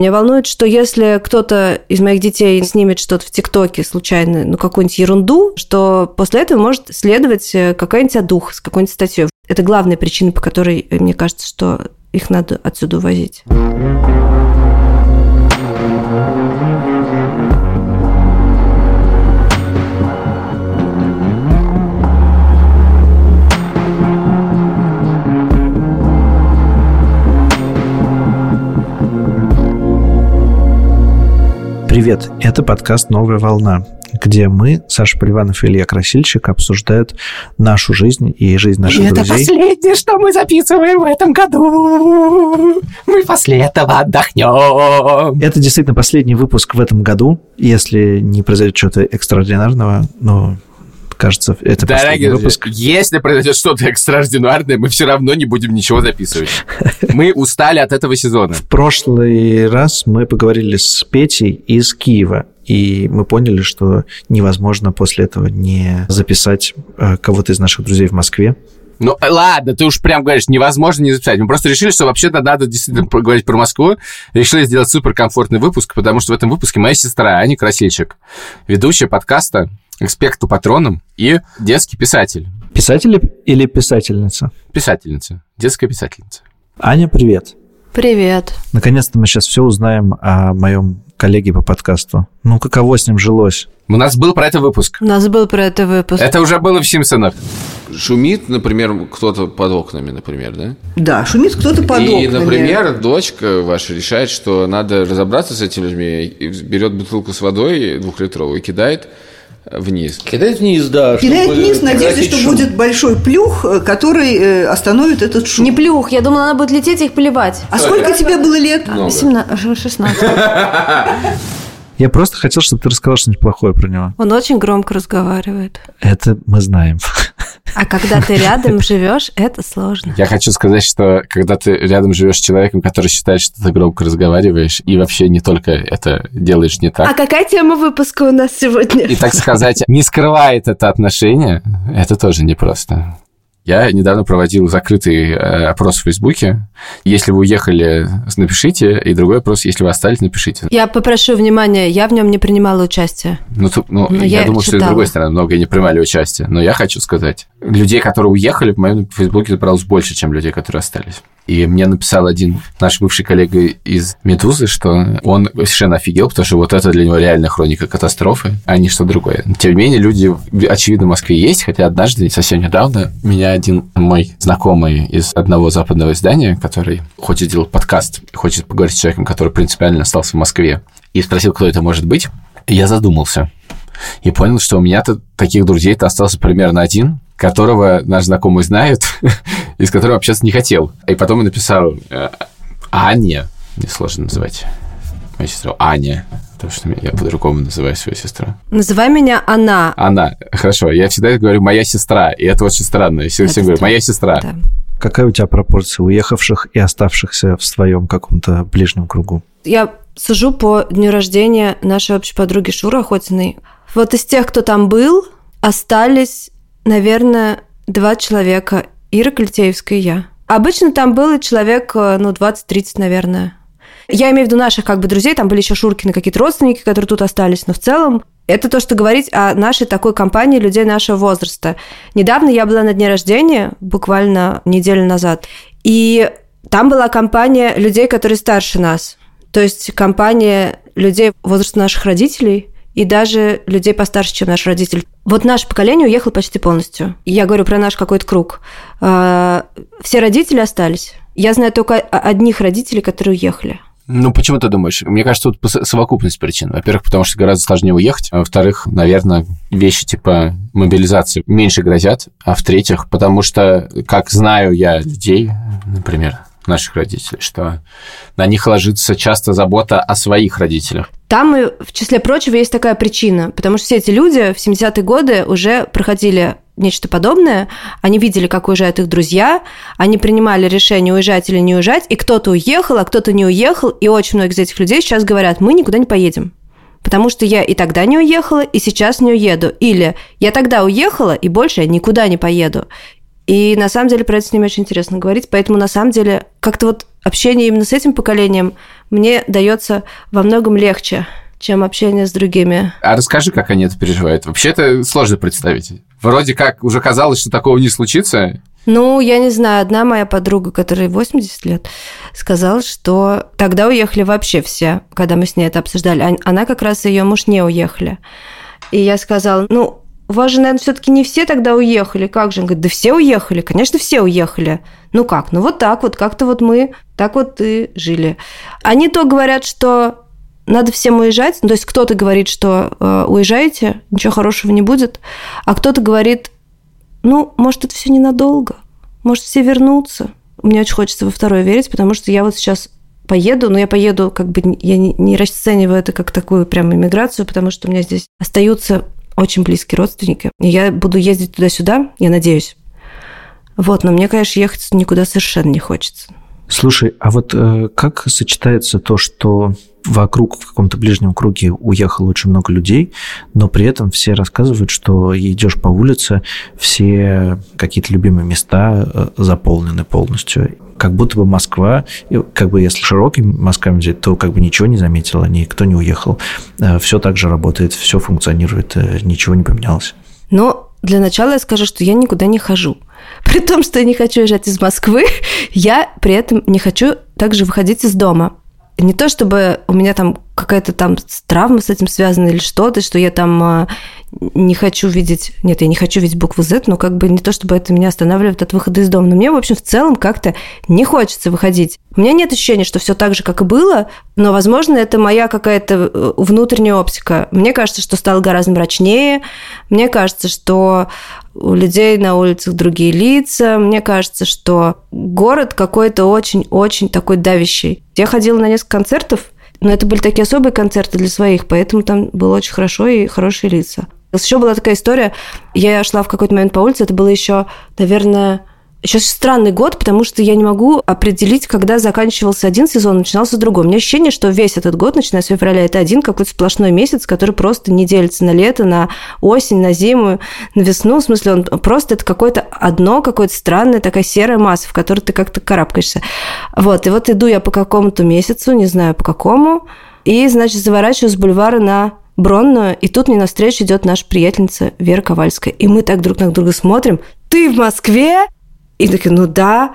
Меня волнует, что если кто-то из моих детей снимет что-то в ТикТоке случайно, какую-нибудь ерунду, что после этого может следовать какая-нибудь одуха с какой-нибудь статьей. Это главная причина, по которой мне кажется, что их надо отсюда увозить. Привет, это подкаст «Новая волна», где мы, Саша Поливанов и Илья Красильщик, обсуждают нашу жизнь и жизнь наших друзей. Это последнее, что мы записываем в этом году. Мы после этого отдохнем. Это действительно последний выпуск в этом году, если не произойдет что-то экстраординарного, но... Кажется, это последний выпуск. Если произойдет что-то экстраординарное, мы все равно не будем ничего записывать. Мы устали от этого сезона. В прошлый раз мы поговорили с Петей из Киева, и мы поняли, что невозможно после этого не записать кого-то из наших друзей в Москве. Ну, ладно, ты уж прям говоришь, невозможно не записать. Мы просто решили, что вообще-то надо действительно поговорить про Москву. Решили сделать суперкомфортный выпуск, потому что в этом выпуске моя сестра Аня Красильщик, ведущая подкаста, эксперт по патронам и детский писатель. Писатель или писательница? Писательница. Детская писательница. Аня, привет. Привет. Наконец-то мы сейчас все узнаем о моем коллеге по подкасту. Ну, каково с ним жилось? У нас был про это выпуск. Это уже было в «Симпсонах». Шумит, например, кто-то под окнами, например, да? Да, шумит кто-то под окнами. И, например, дочка ваша решает, что надо разобраться с этими людьми, и берет бутылку с водой 2-литровую и кидает вниз. Кидает вниз, да. Кидает вниз в надежде, что будет большой плюх, который остановит этот шум. Не плюх, я думала, она будет лететь и их поливать. А сколько тебе было лет? 16. Я просто хотел, чтобы ты рассказал что-нибудь плохое про него. Он очень громко разговаривает. Это мы знаем. А когда ты рядом живешь, это сложно. Я хочу сказать, что когда ты рядом живешь с человеком, который считает, что ты громко разговариваешь, и вообще не только это делаешь не так. А какая тема выпуска у нас сегодня? И, так сказать, не скрывает это отношение, это тоже непросто. Я недавно проводил закрытый опрос в Фейсбуке. Если вы уехали, напишите. И другой опрос, если вы остались, напишите. Я попрошу внимания, я в нем не принимала участия. Я думаю, что и с другой стороны многие не принимали участие. Но я хочу сказать, людей, которые уехали, в моем Фейсбуке забралось больше, чем людей, которые остались. И мне написал один наш бывший коллега из «Медузы», что он совершенно офигел, потому что вот это для него реально хроника катастрофы, а не что другое. Тем не менее, люди, очевидно, в Москве есть, хотя однажды, совсем недавно, меня один мой знакомый из одного западного издания, который хочет сделать подкаст, хочет поговорить с человеком, который принципиально остался в Москве, и спросил, кто это может быть, и я задумался. И понял, что у меня-то таких друзей-то остался примерно один, которого наш знакомый знает, и с которым общаться не хотел. И потом он написал Аня, мне сложно называть мою сестру Аня, потому что я по-другому называю свою сестру. Называй меня Она. Она, хорошо. Я всегда говорю «моя сестра», и это очень странно. Я всегда говорю «моя сестра». Да. Какая у тебя пропорция уехавших и оставшихся в своем каком-то ближнем кругу? Я сужу по дню рождения нашей общей подруги Шуры Охотиной. Вот из тех, кто там был, остались, наверное, 2 человека. Ира Клетеевская и я. Обычно там было человек, 20-30, наверное. Я имею в виду наших друзей, там были еще Шуркины какие-то родственники, которые тут остались, но в целом это то, что говорить о нашей такой компании людей нашего возраста. Недавно я была на дне рождения, буквально неделю назад, и там была компания людей, которые старше нас. То есть компания людей возраста наших родителей и даже людей постарше, чем наш родитель. Вот наше поколение уехало почти полностью. Я говорю про наш какой-то круг. Все родители остались. Я знаю только одних родителей, которые уехали. Ну, почему ты думаешь? Мне кажется, тут совокупность причин. Во-первых, потому что гораздо сложнее уехать. А во-вторых, наверное, вещи типа мобилизации меньше грозят. А в-третьих, потому что, как знаю я людей, например, наших родителей, что на них ложится часто забота о своих родителях. Там, в числе прочего, есть такая причина, потому что все эти люди в 70-е годы уже проходили нечто подобное, они видели, как уезжают их друзья, они принимали решение, уезжать или не уезжать, и кто-то уехал, а кто-то не уехал, и очень многие из этих людей сейчас говорят, мы никуда не поедем, потому что я и тогда не уехала, и сейчас не уеду, или я тогда уехала, и больше я никуда не поеду. И на самом деле про это с ними очень интересно говорить, поэтому на самом деле как-то вот общение именно с этим поколением мне дается во многом легче, чем общение с другими. А расскажи, как они это переживают. Вообще это сложно представить. Вроде как уже казалось, что такого не случится. Ну, я не знаю, одна моя подруга, которой 80 лет, сказала, что тогда уехали вообще все, когда мы с ней это обсуждали. Она как раз и ее муж не уехали. И я сказала, ну, у вас же, наверное, все-таки не все тогда уехали. Как же? Он говорит, да все уехали. Конечно, все уехали. Ну как? Ну вот так вот, как-то вот мы так вот и жили. Они то говорят, что надо всем уезжать. Ну, то есть кто-то говорит, что уезжайте, ничего хорошего не будет. А кто-то говорит, ну, может, это все ненадолго. Может, все вернутся. Мне очень хочется во второе верить, потому что я вот сейчас поеду, но я поеду, как бы, я не расцениваю это как такую прям иммиграцию, потому что у меня здесь остаются очень близкие родственники. И я буду ездить туда-сюда, я надеюсь. Вот, но мне, конечно, ехать никуда совершенно не хочется. Слушай, а вот как сочетается то, что вокруг, в каком-то ближнем круге уехало очень много людей, но при этом все рассказывают, что идешь по улице, все какие-то любимые места заполнены полностью. Как будто бы Москва, как бы если широкими мазками взять, то как бы ничего не заметила, никто не уехал. Все так же работает, все функционирует, ничего не поменялось. Но для начала я скажу, что я никуда не хожу. При том, что я не хочу уезжать из Москвы, я при этом не хочу также выходить из дома. Не то, чтобы у меня там какая-то там травма с этим связана или что-то, что я там не хочу видеть... Нет, я не хочу видеть букву Z, но как бы не то, чтобы это меня останавливает от выхода из дома. Но мне, в общем, в целом как-то не хочется выходить. У меня нет ощущения, что все так же, как и было, но, возможно, это моя какая-то внутренняя оптика. Мне кажется, что стало гораздо мрачнее. Мне кажется, что у людей на улицах другие лица. Мне кажется, что город какой-то очень-очень такой давящий. Я ходила на несколько концертов, но это были такие особые концерты для своих, поэтому там было очень хорошо и хорошие лица. Еще была такая история, я шла в какой-то момент по улице, это было еще, наверное, еще странный год, потому что я не могу определить, когда заканчивался один сезон, начинался другой. У меня ощущение, что весь этот год, начиная с февраля, это один какой-то сплошной месяц, который просто не делится на лето, на осень, на зиму, на весну. В смысле, он просто это какое-то одно, какое-то странная такая серая масса, в которой ты как-то карабкаешься. Вот, и вот иду я по какому-то месяцу, не знаю по какому, и, значит, заворачиваю с бульвара на Бронную, и тут мне навстречу идет наша приятельница Вера Ковальская. И мы так друг на друга смотрим. Ты в Москве? И такие, ну да,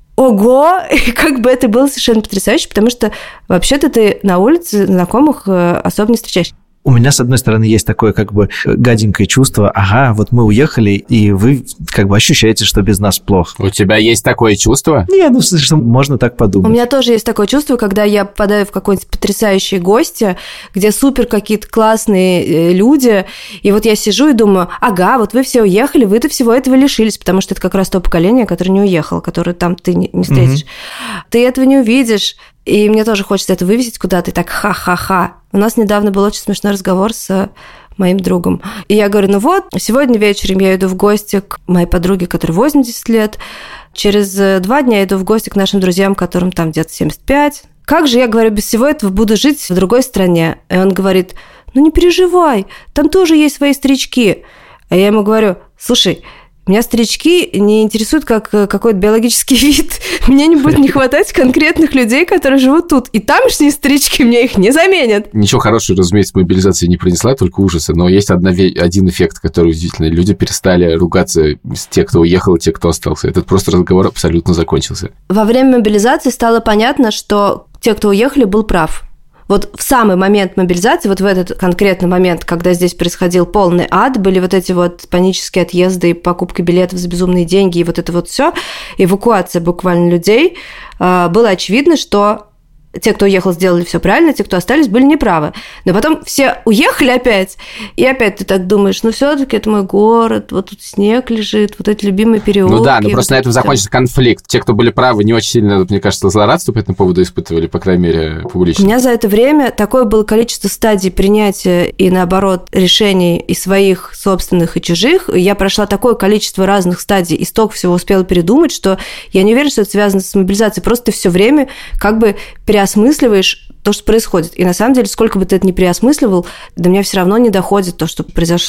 ого! И как бы это было совершенно потрясающе, потому что вообще-то ты на улице знакомых особо не встречаешь. У меня, с одной стороны, есть такое как бы гаденькое чувство, ага, вот мы уехали, и вы как бы ощущаете, что без нас плохо. У тебя есть такое чувство? Нет, ну, что можно так подумать. У меня тоже есть такое чувство, когда я попадаю в какое-нибудь потрясающее гости, где супер какие-то классные люди, и вот я сижу и думаю, ага, вот вы все уехали, вы-то всего этого лишились, потому что это как раз то поколение, которое не уехало, которое там ты не встретишь. Ты этого не увидишь. И мне тоже хочется это вывесить куда-то, и так ха-ха-ха. У нас недавно был очень смешной разговор с моим другом. И я говорю, ну вот, сегодня вечером я иду в гости к моей подруге, которой 80 лет. Через 2 дня я иду в гости к нашим друзьям, которым там где-то 75. Как же, я говорю, без всего этого буду жить в другой стране? И он говорит, ну не переживай, там тоже есть свои старички. А я ему говорю, слушай, меня старички не интересуют как какой-то биологический вид. Мне не будет не хватать конкретных людей, которые живут тут. И тамошние старички мне их не заменят. Ничего хорошего, разумеется, мобилизация не принесла, только ужасы. Но есть один эффект, который удивительный. Люди перестали ругаться, те, кто уехал, и те, кто остался. Этот просто разговор абсолютно закончился. Во время мобилизации стало понятно, что те, кто уехали, был прав. Вот в самый момент мобилизации, вот в этот конкретный момент, когда здесь происходил полный ад, были вот эти вот панические отъезды, покупка билетов за безумные деньги, и вот это вот все, эвакуация буквально людей, было очевидно, что те, кто уехал, сделали все правильно, те, кто остались, были неправы. Но потом все уехали опять, и опять ты так думаешь, ну все-таки это мой город, вот тут снег лежит, вот эти любимые переулки. Ну да, но просто вот на этом закончился конфликт. Те, кто были правы, не очень сильно, мне кажется, злорадство по этому поводу испытывали, по крайней мере, публично. У меня за это время такое было количество стадий принятия и, наоборот, решений и своих собственных, и чужих. Я прошла такое количество разных стадий и столько всего успела передумать, что я не уверена, что это связано с мобилизацией. Просто ты все время как бы переосмысливаешь то, что происходит. И на самом деле, сколько бы ты это ни переосмысливал, до меня все равно не доходит то, что произошло.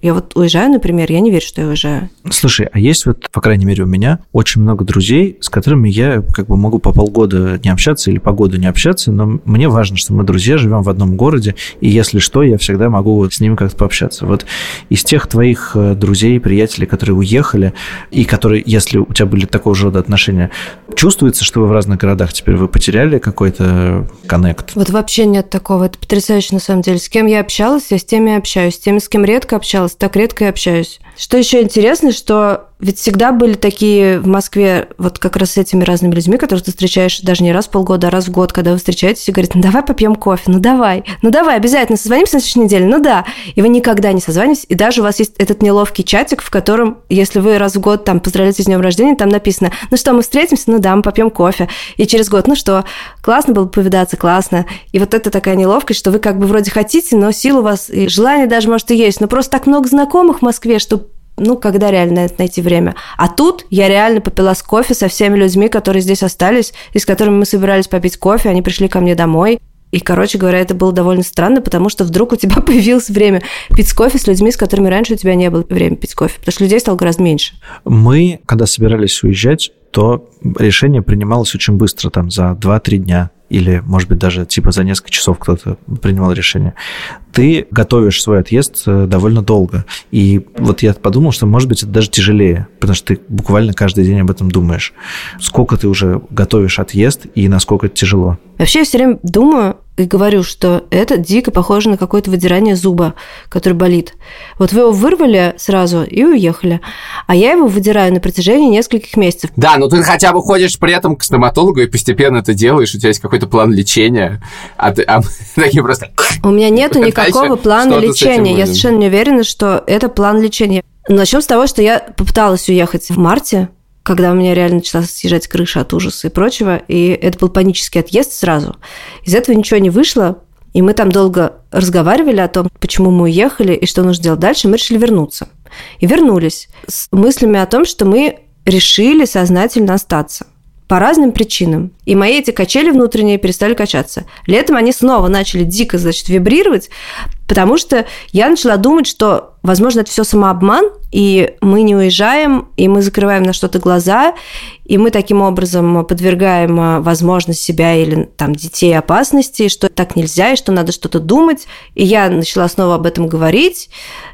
Я вот уезжаю, например, я не верю, что я уезжаю. Слушай, а есть вот, по крайней мере, у меня очень много друзей, с которыми я как бы могу по полгода не общаться или по году не общаться, но мне важно, что мы друзья, живем в одном городе, и если что, я всегда могу с ними как-то пообщаться. Вот из тех твоих друзей, приятелей, которые уехали, и которые, если у тебя были такого же рода отношения, чувствуется, что вы в разных городах теперь, вы потеряли какой-то коннект? Вот вообще нет такого. Это потрясающе, на самом деле. С кем я общалась, я с теми общаюсь. С теми, с кем редко общалась, так редко и общаюсь. Что еще интересно, что ведь всегда были такие в Москве вот как раз с этими разными людьми, которых ты встречаешь даже не раз в полгода, а раз в год, когда вы встречаетесь и говорите, ну давай попьем кофе, ну давай, обязательно созвонимся на следующей неделе, ну да. И вы никогда не созвонитесь, и даже у вас есть этот неловкий чатик, в котором, если вы раз в год там поздравляете с днем рождения, там написано, ну что, мы встретимся, ну да, мы попьем кофе. И через год, ну что, классно было повидаться, классно. И вот это такая неловкость, что вы как бы вроде хотите, но сил у вас и желание даже, может, и есть, но просто так много знакомых в Москве, что когда реально найти время. А тут я реально попила с кофе со всеми людьми, которые здесь остались, и с которыми мы собирались попить кофе, они пришли ко мне домой. И, короче говоря, это было довольно странно, потому что вдруг у тебя появилось время пить кофе с людьми, с которыми раньше у тебя не было времени пить кофе, потому что людей стало гораздо меньше. Мы, когда собирались уезжать, то решение принималось очень быстро, там, за 2-3 дня. Или, может быть, даже типа за несколько часов кто-то принимал решение. Ты готовишь свой отъезд довольно долго. И вот я подумал, что, может быть, это даже тяжелее, потому что ты буквально каждый день об этом думаешь. Сколько ты уже готовишь отъезд и насколько это тяжело? Вообще, я все время думаю и говорю, что это дико похоже на какое-то выдирание зуба, который болит. Вот вы его вырвали сразу и уехали, а я его выдираю на протяжении нескольких месяцев. Да, но ты хотя бы ходишь при этом к стоматологу и постепенно это делаешь, у тебя есть какой-то план лечения, а такие просто... У меня нету никакого плана лечения. Я совершенно не уверена, что это план лечения. Начнем с того, что я попыталась уехать в марте, когда у меня реально начала съезжать крыша от ужаса и прочего, и это был панический отъезд сразу. Из этого ничего не вышло, и мы там долго разговаривали о том, почему мы уехали и что нужно делать дальше, и мы решили вернуться. И вернулись с мыслями о том, что мы решили сознательно остаться. По разным причинам. И мои эти качели внутренние перестали качаться. Летом они снова начали дико, вибрировать, потому что я начала думать, что, возможно, это все самообман, и мы не уезжаем, и мы закрываем на что-то глаза, и мы таким образом подвергаем возможность себя или там, детей опасности, что так нельзя, и что надо что-то думать. И я начала снова об этом говорить.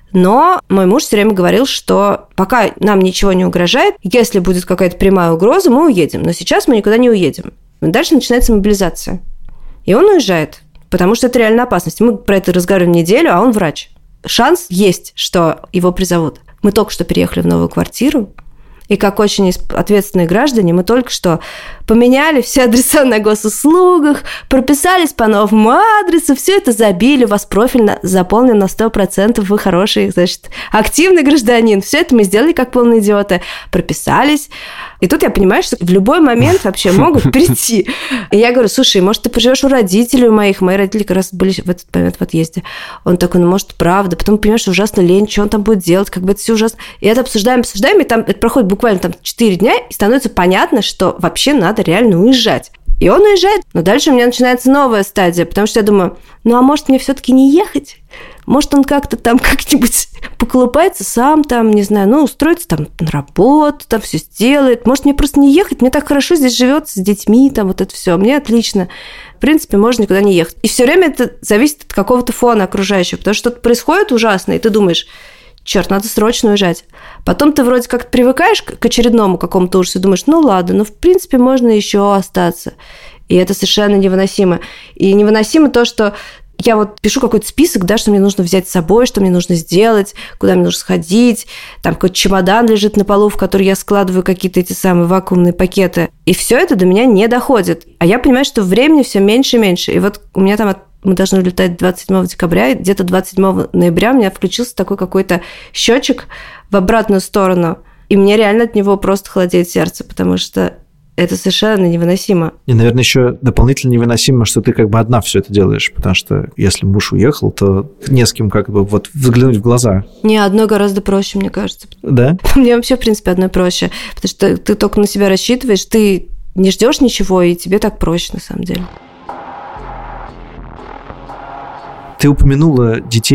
Но мой муж все время говорил, что пока нам ничего не угрожает, если будет какая-то прямая угроза, мы уедем. Но сейчас мы никуда не уедем. Дальше начинается мобилизация. И он уезжает, потому что это реально опасность. Мы про это разговариваем неделю, а он врач. Шанс есть, что его призовут. Мы только что переехали в новую квартиру, и как очень ответственные граждане мы только что поменяли все адреса на госуслугах, прописались по новому адресу, все это забили, у вас профиль заполнен на 100%, вы хороший, активный гражданин. Все это мы сделали как полные идиоты, прописались. И тут я понимаю, что в любой момент вообще могут прийти. И я говорю, слушай, может, ты поживешь у родителей моих? Мои родители как раз были в этот момент в отъезде. Он такой, ну, может, правда. Потом понимаешь, что ужасно лень, что он там будет делать, как бы это все ужасно. И это обсуждаем, и там это проходит буквально 4 дня, и становится понятно, что вообще надо реально уезжать. И он уезжает, но дальше у меня начинается новая стадия, потому что я думаю, ну, а может, мне все-таки не ехать? Может, он как-то там как-нибудь поколупается сам там, не знаю, ну, устроится там на работу, там все сделает. Может, мне просто не ехать? Мне так хорошо здесь живется с детьми, там вот это все. Мне отлично. В принципе, можно никуда не ехать. И все время это зависит от какого-то фона окружающего, потому что что-то происходит ужасное, и ты думаешь, черт, надо срочно уезжать. Потом ты вроде как привыкаешь к очередному какому-то ужасу и думаешь, ну ладно, ну в принципе можно еще остаться. И это совершенно невыносимо. И невыносимо то, что я вот пишу какой-то список, да, что мне нужно взять с собой, что мне нужно сделать, куда мне нужно сходить. Там какой-то чемодан лежит на полу, в который я складываю какие-то эти самые вакуумные пакеты. И все это до меня не доходит. А я понимаю, что времени все меньше и меньше. И вот у меня там мы должны улетать 27 декабря, и где-то 27 ноября у меня включился такой какой-то счетчик в обратную сторону, и мне реально от него просто холодеет сердце, потому что это совершенно невыносимо. И, наверное, еще дополнительно невыносимо, что ты как бы одна все это делаешь, потому что если муж уехал, то не с кем как бы вот взглянуть в глаза. Не, одно гораздо проще, мне кажется. Да? Мне вообще, в принципе, одно проще, потому что ты только на себя рассчитываешь, ты не ждешь ничего, и тебе так проще, на самом деле. Ты упомянула детей,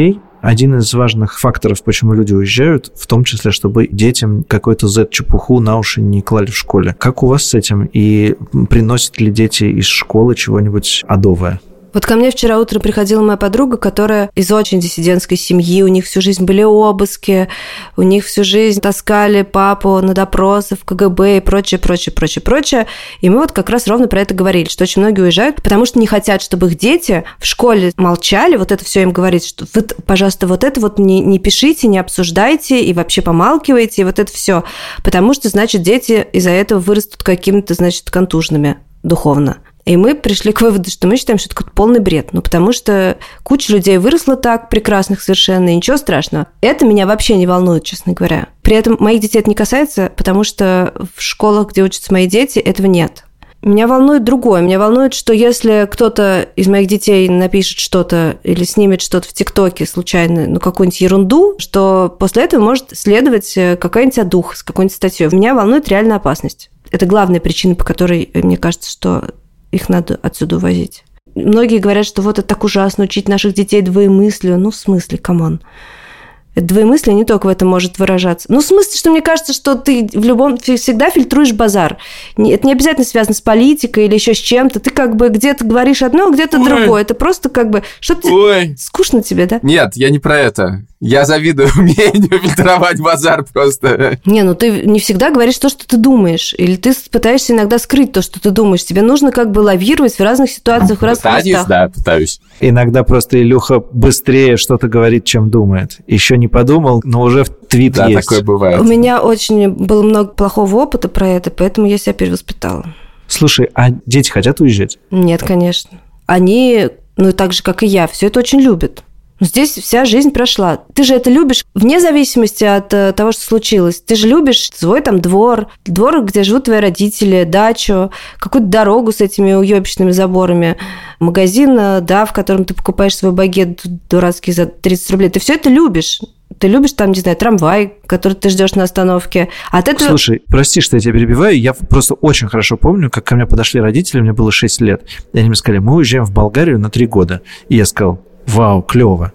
Один из важных факторов, почему люди уезжают, в том числе, чтобы детям какую-то Z-чепуху на уши не клали в школе. Как у вас с этим? И приносят ли дети из школы чего-нибудь адовое? Вот ко мне вчера утром приходила моя подруга, которая из очень диссидентской семьи, у них всю жизнь были обыски, у них всю жизнь таскали папу на допросы в КГБ и прочее. И мы вот как раз ровно про это говорили, что очень многие уезжают, потому что не хотят, чтобы их дети в школе молчали, вот это все им говорит, что вы, пожалуйста, вот это вот не пишите, не обсуждайте и вообще помалкивайте, и вот это все, потому что, значит, дети из-за этого вырастут какими-то, значит, контужными духовно. И мы пришли к выводу, что мы считаем, что это какой-то полный бред. Ну, потому что куча людей выросла так, прекрасных совершенно, и ничего страшного. Это меня вообще не волнует, честно говоря. При этом моих детей это не касается, потому что в школах, где учатся мои дети, этого нет. Меня волнует другое. Меня волнует, что если кто-то из моих детей напишет что-то или снимет что-то в ТикТоке случайно, ну, какую-нибудь ерунду, что после этого может следовать какая-нибудь одуха с какой-нибудь статьей. Меня волнует реальная опасность. Это главная причина, по которой мне кажется, что их надо отсюда увозить. Многие говорят, что вот это так ужасно учить наших детей двоемыслию. Ну, в смысле, камон. Это двоемыслие не только в этом может выражаться. Ну, в смысле, что мне кажется, что ты всегда фильтруешь базар. Это не обязательно связано с политикой или еще с чем-то. Ты как бы где-то говоришь одно, где-то другое. Это просто как бы... Что-то скучно тебе, да? Нет, я не про это. Я завидую умению фильтровать базар просто. Не, ну ты не всегда говоришь то, что ты думаешь. Или ты пытаешься иногда скрыть то, что ты думаешь. Тебе нужно как бы лавировать в разных ситуациях, в разных местах. Да, пытаюсь. Иногда просто Илюха быстрее что-то говорит, чем думает. Еще не подумал, но уже в твит да, есть. Да, такое бывает. У меня очень было много плохого опыта про это, поэтому я себя перевоспитала. Слушай, а дети хотят уезжать? Нет, конечно. Они, ну так же, как и я, все это очень любят. Здесь вся жизнь прошла. Ты же это любишь вне зависимости от того, что случилось. Ты же любишь свой там двор, где живут твои родители, дачу, какую-то дорогу с этими уёбищными заборами, магазин, да, в котором ты покупаешь свой багет дурацкий за 30 рублей. Ты все это любишь. Ты любишь там, не знаю, трамвай, который ты ждешь на остановке. От этого... Слушай, прости, что я тебя перебиваю. Я просто очень хорошо помню, как ко мне подошли родители, мне было 6 лет. И они мне сказали, мы уезжаем в Болгарию на 3 года. И я сказал, вау, клево.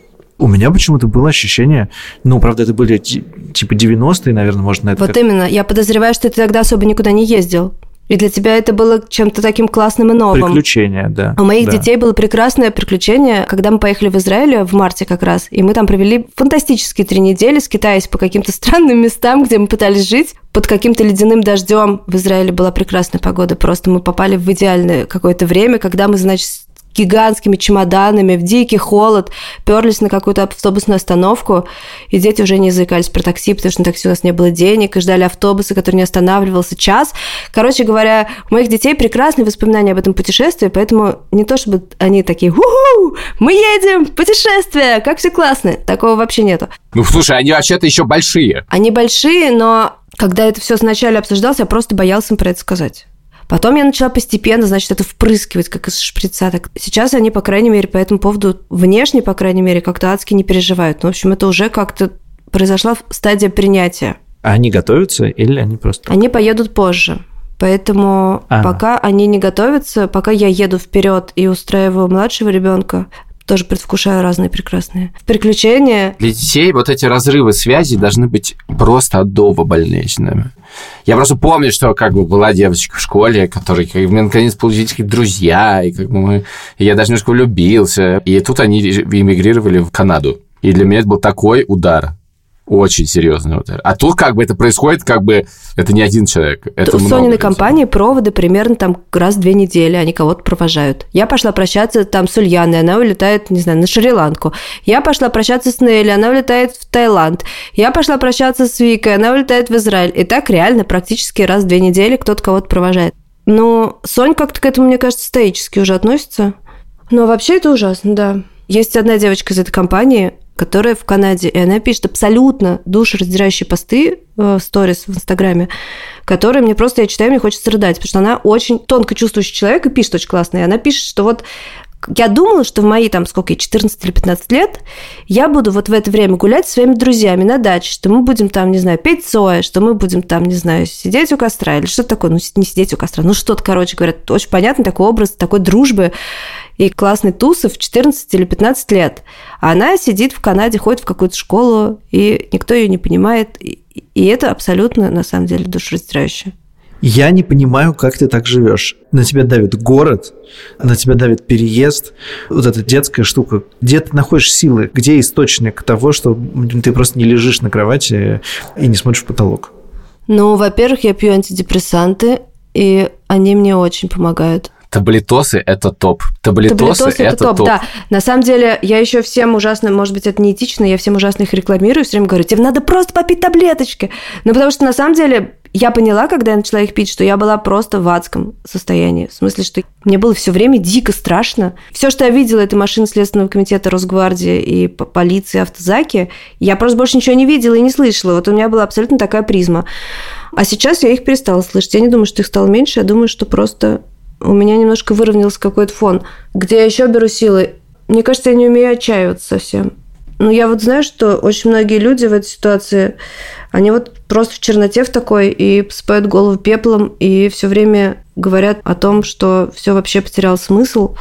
У меня почему-то было ощущение, ну, правда, это были типа 90-е, наверное, можно это... Вот именно. Я подозреваю, что ты тогда особо никуда не ездил. И для тебя это было чем-то таким классным и новым. Приключение, да. У моих детей было прекрасное приключение, когда мы поехали в Израиль в марте как раз, и мы там провели фантастические 3 недели, скитаясь по каким-то странным местам, где мы пытались жить. Под каким-то ледяным дождем в Израиле была прекрасная погода. Просто мы попали в идеальное какое-то время, когда мы, значит, гигантскими чемоданами, в дикий холод, перлись на какую-то автобусную остановку, и дети уже не заикались про такси, потому что на такси у нас не было денег, и ждали автобуса, который не останавливался час. Короче говоря, у моих детей прекрасные воспоминания об этом путешествии, поэтому не то, чтобы они такие, у-ху, мы едем, путешествие, как все классно. Такого вообще нету. Ну, слушай, они вообще-то еще большие. Они большие, но когда это все сначала обсуждалось, я просто боялась им про это сказать. Потом я начала постепенно, значит, это впрыскивать, как из шприца. Так сейчас они, по крайней мере, по этому поводу внешне, по крайней мере, как-то адски не переживают. Ну, в общем, это уже как-то произошла стадия принятия. А они готовятся или они просто... Они поедут позже. Поэтому пока они не готовятся, пока я еду вперед и устраиваю младшего ребенка, тоже предвкушаю разные прекрасные приключения. Для детей вот эти разрывы связи должны быть просто адово больничными. Я просто помню, что как бы была девочка в школе, которая как бы, наконец получились какие-то друзья, и как бы я даже немножко влюбился. И тут они эмигрировали в Канаду. И для меня это был такой удар. Очень серьезный удар. А тут как бы это происходит, как бы это не один человек. Это в Сониной компании проводы примерно там раз в 2 недели, они кого-то провожают. Я пошла прощаться там с Ульяной, она улетает, не знаю, на Шри-Ланку. Я пошла прощаться с Нелли, она улетает в Таиланд. Я пошла прощаться с Викой, она улетает в Израиль. И так реально практически раз в 2 недели кто-то кого-то провожает. Но Соня как-то к этому, мне кажется, стоически уже относится. Но вообще это ужасно, да. Есть одна девочка из этой компании, которая в Канаде, и она пишет абсолютно душераздирающие посты в сторис в Инстаграме, которые мне просто, я читаю, мне хочется рыдать, потому что она очень тонко чувствующий человек и пишет очень классно. И она пишет, что вот Я думала, что в мои, 14 или 15 лет я буду вот в это время гулять со своими друзьями на даче, что мы будем петь Цоя, что мы будем сидеть у костра или что-то такое. Не сидеть у костра, что-то, короче говоря, очень понятный такой образ, такой дружбы и классной тусы в 14 или 15 лет. А она сидит в Канаде, ходит в какую-то школу, и никто ее не понимает. И это абсолютно, на самом деле, душераздирающе. Я не понимаю, как ты так живешь. На тебя давит город, на тебя давит переезд, вот эта детская штука. Где ты находишь силы? Где источник того, что ты просто не лежишь на кровати и не смотришь в потолок? Во-первых, я пью антидепрессанты, и они мне очень помогают. Таблетосы – это топ. Таблетосы – это топ. Да. На самом деле, я еще всем ужасно, может быть, это неэтично, я всем ужасно их рекламирую, все время говорю, тебе надо просто попить таблеточки. Потому что, на самом деле, я поняла, когда я начала их пить, что я была просто в адском состоянии. В смысле, что мне было все время дико страшно. Все, что я видела, это машины Следственного комитета Росгвардии и полиции, автозаки. Я просто больше ничего не видела и не слышала. Вот у меня была абсолютно такая призма. А сейчас я их перестала слышать. Я не думаю, что их стало меньше, я думаю, что просто у меня немножко выровнялся какой-то фон. Где я еще беру силы? Мне кажется, я не умею отчаиваться совсем. Я знаю, что очень многие люди в этой ситуации, они просто в черноте в такой и посыпают голову пеплом, и все время говорят о том, что все вообще потеряло смысл.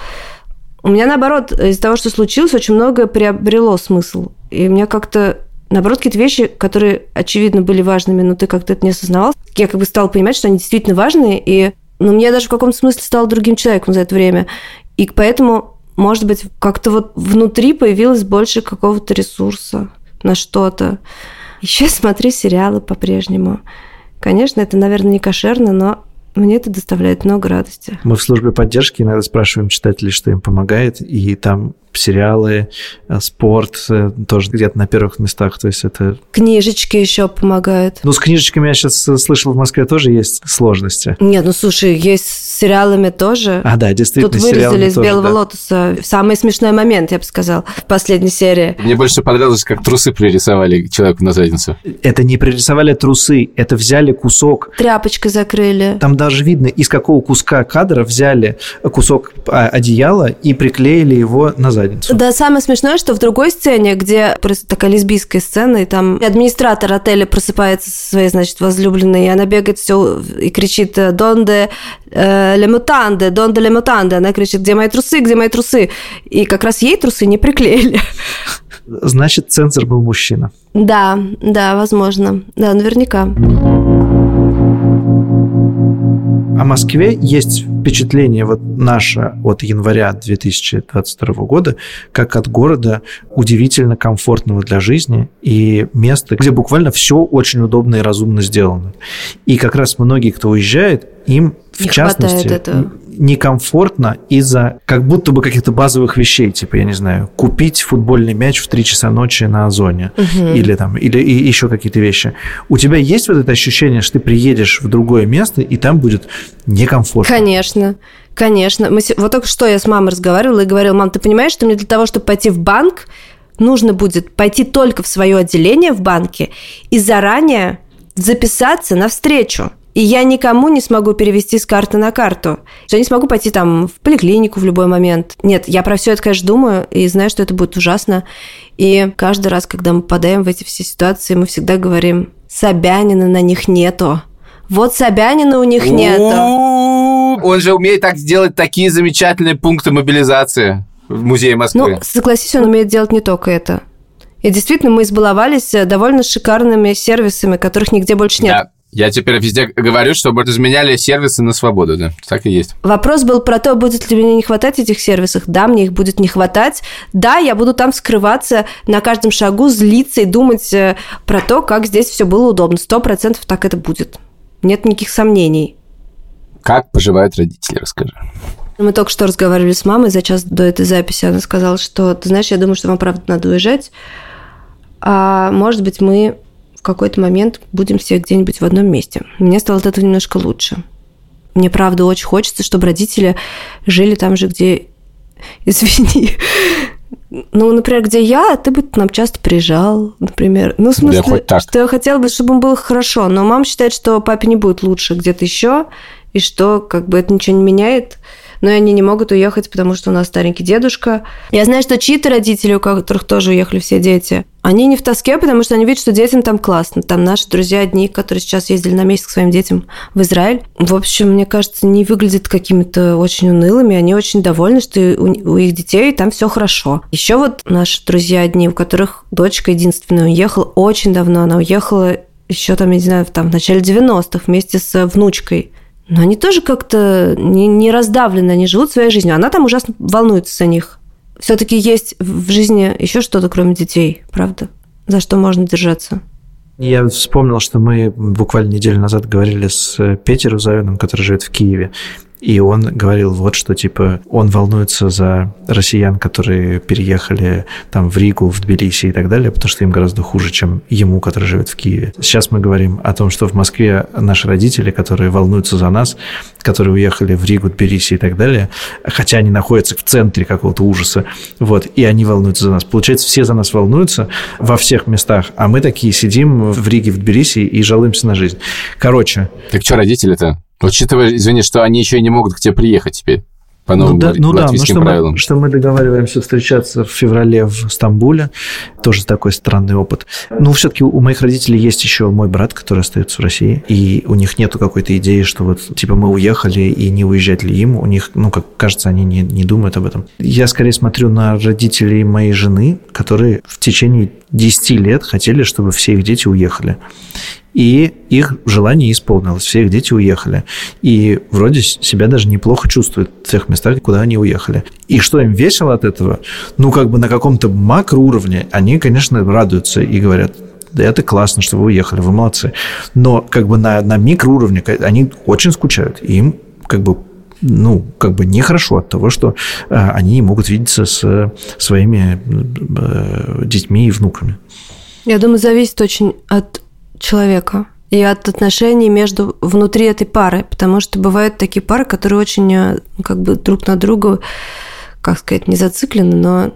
У меня, наоборот, из-за того, что случилось, очень многое приобрело смысл. И у меня как-то, наоборот, какие-то вещи, которые, очевидно, были важными, но ты как-то это не осознавал, я стала понимать, что они действительно важные, и мне даже в каком-то смысле стало другим человеком за это время. И поэтому, может быть, как-то внутри появилось больше какого-то ресурса на что-то. Еще смотрю сериалы по-прежнему. Конечно, это, наверное, не кошерно, но мне это доставляет много радости. Мы в службе поддержки иногда спрашиваем читателей, что им помогает, и там сериалы, спорт тоже где-то на первых местах. То есть это... Книжечки еще помогают. С книжечками я сейчас слышал, в Москве тоже есть сложности. Нет, слушай, есть с сериалами тоже. Да, действительно, тут вырезали из «Белого лотоса» самый смешной момент, я бы сказала, в последней серии. Мне больше понравилось, как трусы пририсовали человеку на задницу. Это не пририсовали трусы, это взяли кусок. Тряпочкой закрыли. Там даже видно, из какого куска кадра взяли кусок одеяла и приклеили его на задницу. Да, самое смешное, что в другой сцене, где такая лесбийская сцена, и там администратор отеля просыпается со своей, возлюбленной, и она бегает все и кричит «Донде ле мутанде, донде ле мутанде». Она кричит «Где мои трусы, где мои трусы?» И как раз ей трусы не приклеили. Значит, цензор был мужчина. Да, возможно. Да, наверняка. О Москве есть впечатление наше от января 2022 года, как от города удивительно комфортного для жизни и места, где буквально все очень удобно и разумно сделано. И как раз многие, кто уезжает, им, в частности, некомфортно из-за как будто бы каких-то базовых вещей, типа, я не знаю, купить футбольный мяч в 3 часа ночи на Озоне или еще какие-то вещи. У тебя есть это ощущение, что ты приедешь в другое место, и там будет некомфортно? Конечно. Только что я с мамой разговаривала и говорила: мам, ты понимаешь, что мне для того, чтобы пойти в банк, нужно будет пойти только в свое отделение в банке и заранее записаться на встречу. И я никому не смогу перевести с карты на карту. Я не смогу пойти в поликлинику в любой момент. Нет, я про все это, конечно, думаю и знаю, что это будет ужасно. И каждый раз, когда мы попадаем в эти все ситуации, мы всегда говорим: Собянина на них нету. Собянина у них нету. Он же умеет так сделать такие замечательные пункты мобилизации в Музее Москвы. Согласись, он умеет делать не только это. И действительно, мы избаловались довольно шикарными сервисами, которых нигде больше нет. Да. Я теперь везде говорю, чтобы разменяли сервисы на свободу, да, так и есть. Вопрос был про то, будет ли мне не хватать этих сервисов. Да, мне их будет не хватать. Да, я буду там скрываться на каждом шагу, злиться и думать про то, как здесь все было удобно. 100% так это будет. Нет никаких сомнений. Как поживают родители, расскажи. Мы только что разговаривали с мамой за час до этой записи. Она сказала, что, ты знаешь, я думаю, что вам правда надо уезжать. А может быть, мы в какой-то момент будем все где-нибудь в одном месте. Мне стало от этого немножко лучше. Мне, правда, очень хочется, чтобы родители жили там же, где... Извини. Например, где я, ты бы к нам часто приезжал, например. В смысле, что я хотела бы, чтобы им было хорошо. Но мама считает, что папе не будет лучше где-то еще, и что это ничего не меняет. но и они не могут уехать, потому что у нас старенький дедушка. Я знаю, что чьи-то родители, у которых тоже уехали все дети, они не в тоске, потому что они видят, что детям там классно. Там наши друзья одни, которые сейчас ездили на месяц к своим детям в Израиль. В общем, мне кажется, не выглядят какими-то очень унылыми. Они очень довольны, что у их детей там все хорошо. Еще вот наши друзья одни, у которых дочка единственная уехала очень давно. Она уехала еще там, я не знаю, там в начале 90-х вместе с внучкой. Но они тоже как-то не раздавлены, они живут своей жизнью. Она там ужасно волнуется за них. Все-таки есть в жизни еще что-то, кроме детей, правда? За что можно держаться? Я вспомнил, что мы буквально неделю назад говорили с Петей Рузаевым, который живет в Киеве. И он говорил вот что, типа, он волнуется за россиян, которые переехали там в Ригу, в Тбилиси и так далее, потому что им гораздо хуже, чем ему, который живет в Киеве. Сейчас мы говорим о том, что в Москве наши родители, которые волнуются за нас, которые уехали в Ригу, Тбилиси и так далее, хотя они находятся в центре какого-то ужаса, вот, и они волнуются за нас. Получается, все за нас волнуются во всех местах, а мы такие сидим в Риге, в Тбилиси и жалуемся на жизнь. Короче. Так что родители-то? Учитывая, извини, что они еще и не могут к тебе приехать теперь по новым латвийским правилам. Что мы договариваемся встречаться в феврале в Стамбуле. Тоже такой странный опыт. Ну, все-таки у моих родителей есть еще мой брат, который остается в России, и у них нету какой-то идеи, что вот, типа, мы уехали, и не уезжать ли им. У них, ну, как кажется, они не думают об этом. Я скорее смотрю на родителей моей жены, которые в течение 10 лет хотели, чтобы все их дети уехали. И их желание исполнилось, все их дети уехали. И вроде себя даже неплохо чувствуют в тех местах, куда они уехали. И что им весело от этого? Ну, как бы на каком-то макроуровне они, конечно, радуются и говорят: да это классно, что вы уехали, вы молодцы. Но как бы на микроуровне они очень скучают. И им как бы нехорошо от того, что они не могут видеться с своими детьми и внуками. Я думаю, зависит очень от человека и от отношений внутри этой пары, потому что бывают такие пары, которые очень как бы друг на друга, как сказать, не зациклены,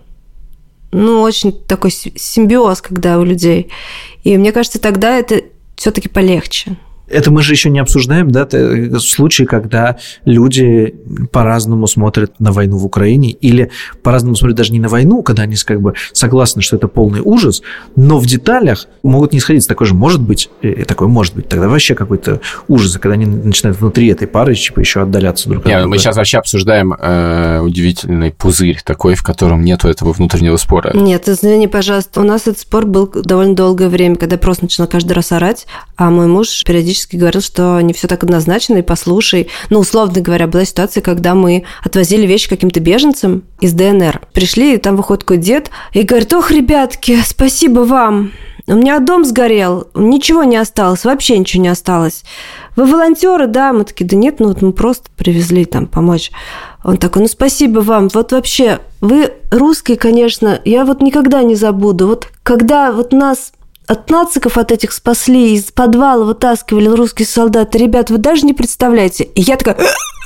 но очень такой симбиоз, когда у людей. И мне кажется, тогда это все-таки полегче. Это мы же еще не обсуждаем, да, случаи, когда люди по-разному смотрят на войну в Украине, или по-разному смотрят даже не на войну, когда они как бы согласны, что это полный ужас, но в деталях могут не сходиться. Такое же может быть, и такое может быть. Тогда вообще какой-то ужас, когда они начинают внутри этой пары типа еще отдаляться друг от друга. Мы сейчас вообще обсуждаем удивительный пузырь такой, в котором нету этого внутреннего спора. Нет, извини, пожалуйста, у нас этот спор был довольно долгое время, когда я просто начала каждый раз орать, а мой муж периодически говорил, что не все так однозначно, и послушай. Ну, условно говоря, была ситуация, когда мы отвозили вещи каким-то беженцам из ДНР. Пришли, и там выходит такой дед и говорит: ох, ребятки, спасибо вам. У меня дом сгорел, ничего не осталось, вообще ничего не осталось. Вы волонтеры, да? Мы такие: да нет, ну вот мы просто привезли там помочь. Он такой: ну спасибо вам, вот вообще, вы русские, конечно, я вот никогда не забуду. Вот когда вот нас от нациков от этих спасли, из подвала вытаскивали русские солдаты, ребят, вы даже не представляете. И я такая...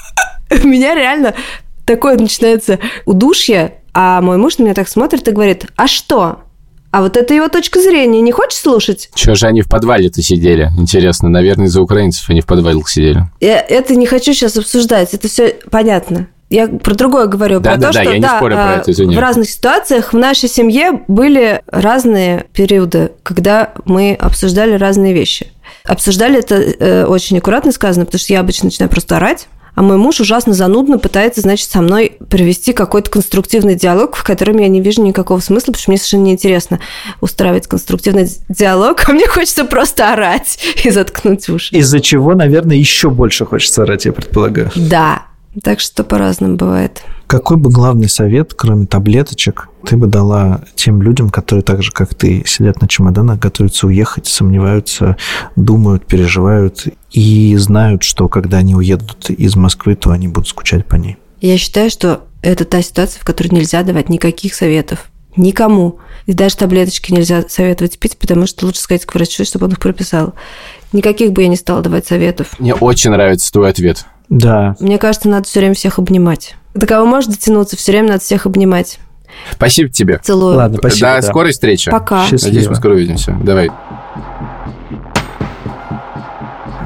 У меня реально такое начинается удушье, а мой муж на меня так смотрит и говорит: а что? А вот это его точка зрения, не хочешь слушать? Чего же они в подвале-то сидели? Интересно, наверное, из-за украинцев они в подвале сидели. Я это не хочу сейчас обсуждать, это все понятно. Я про другое говорю, про то, что я не спорю про это, извини. В разных ситуациях в нашей семье были разные периоды, когда мы обсуждали разные вещи. Обсуждали это очень аккуратно сказано, потому что я обычно начинаю просто орать, а мой муж ужасно занудно пытается, значит, со мной провести какой-то конструктивный диалог, в котором я не вижу никакого смысла, потому что мне совершенно неинтересно устраивать конструктивный диалог, а мне хочется просто орать и заткнуть уши. Из-за чего, наверное, еще больше хочется орать, я предполагаю. Да. Так что по-разному бывает. Какой бы главный совет, кроме таблеточек, ты бы дала тем людям, которые так же, как ты, сидят на чемоданах, готовятся уехать, сомневаются, думают, переживают и знают, что когда они уедут из Москвы, то они будут скучать по ней? Я считаю, что это та ситуация, в которой нельзя давать никаких советов. Никому. И даже таблеточки нельзя советовать пить, потому что лучше сказать к врачу, чтобы он их прописал. Никаких бы я не стала давать советов. Мне очень нравится твой ответ. Да. Мне кажется, надо все время всех обнимать. До кого может дотянуться, все время надо всех обнимать. Спасибо тебе. Целую. Ладно, спасибо. До скорой встречи. Пока. Счастливо. Надеюсь, мы скоро увидимся. Давай.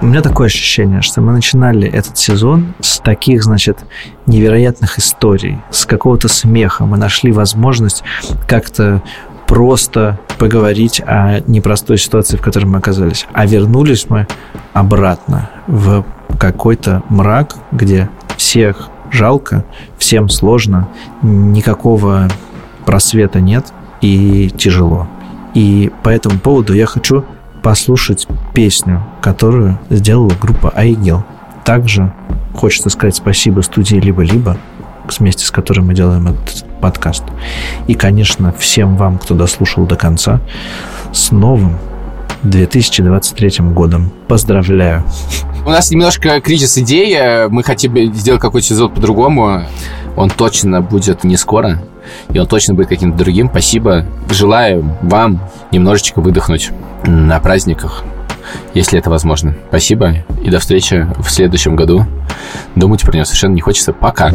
меня такое ощущение, что мы начинали этот сезон с таких, значит, невероятных историй, с какого-то смеха. Мы нашли возможность как-то просто поговорить о непростой ситуации, в которой мы оказались. А вернулись мы обратно в какой-то мрак, где всех жалко, всем сложно, никакого просвета нет и тяжело. И по этому поводу я хочу послушать песню, которую сделала группа Айгел. Также хочется сказать спасибо студии «Либо-либо», вместе с которой мы делаем этот подкаст. И, конечно, всем вам, кто дослушал до конца, с новым 2023 годом. Поздравляю! У нас немножко кризис идей. Мы хотим сделать какой-то сезон по-другому. Он точно будет не скоро. И он точно будет каким-то другим. Спасибо. Желаю вам немножечко выдохнуть на праздниках, если это возможно. Спасибо. И до встречи в следующем году. Думать про него совершенно не хочется. Пока.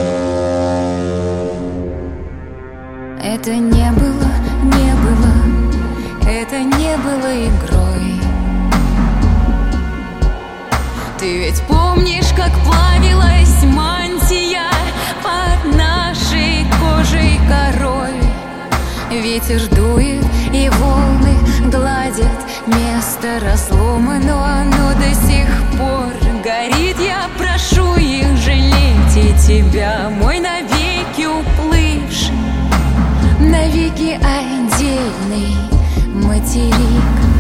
Это не было, это не было игрой. Ты ведь помнишь, как плавилась мантия под нашей кожей корой? Ветер дует, и волны гладят место разлома, но оно до сих пор горит. Я прошу их жалеть и тебя, мой навеки уплывший, навеки отдельный материк.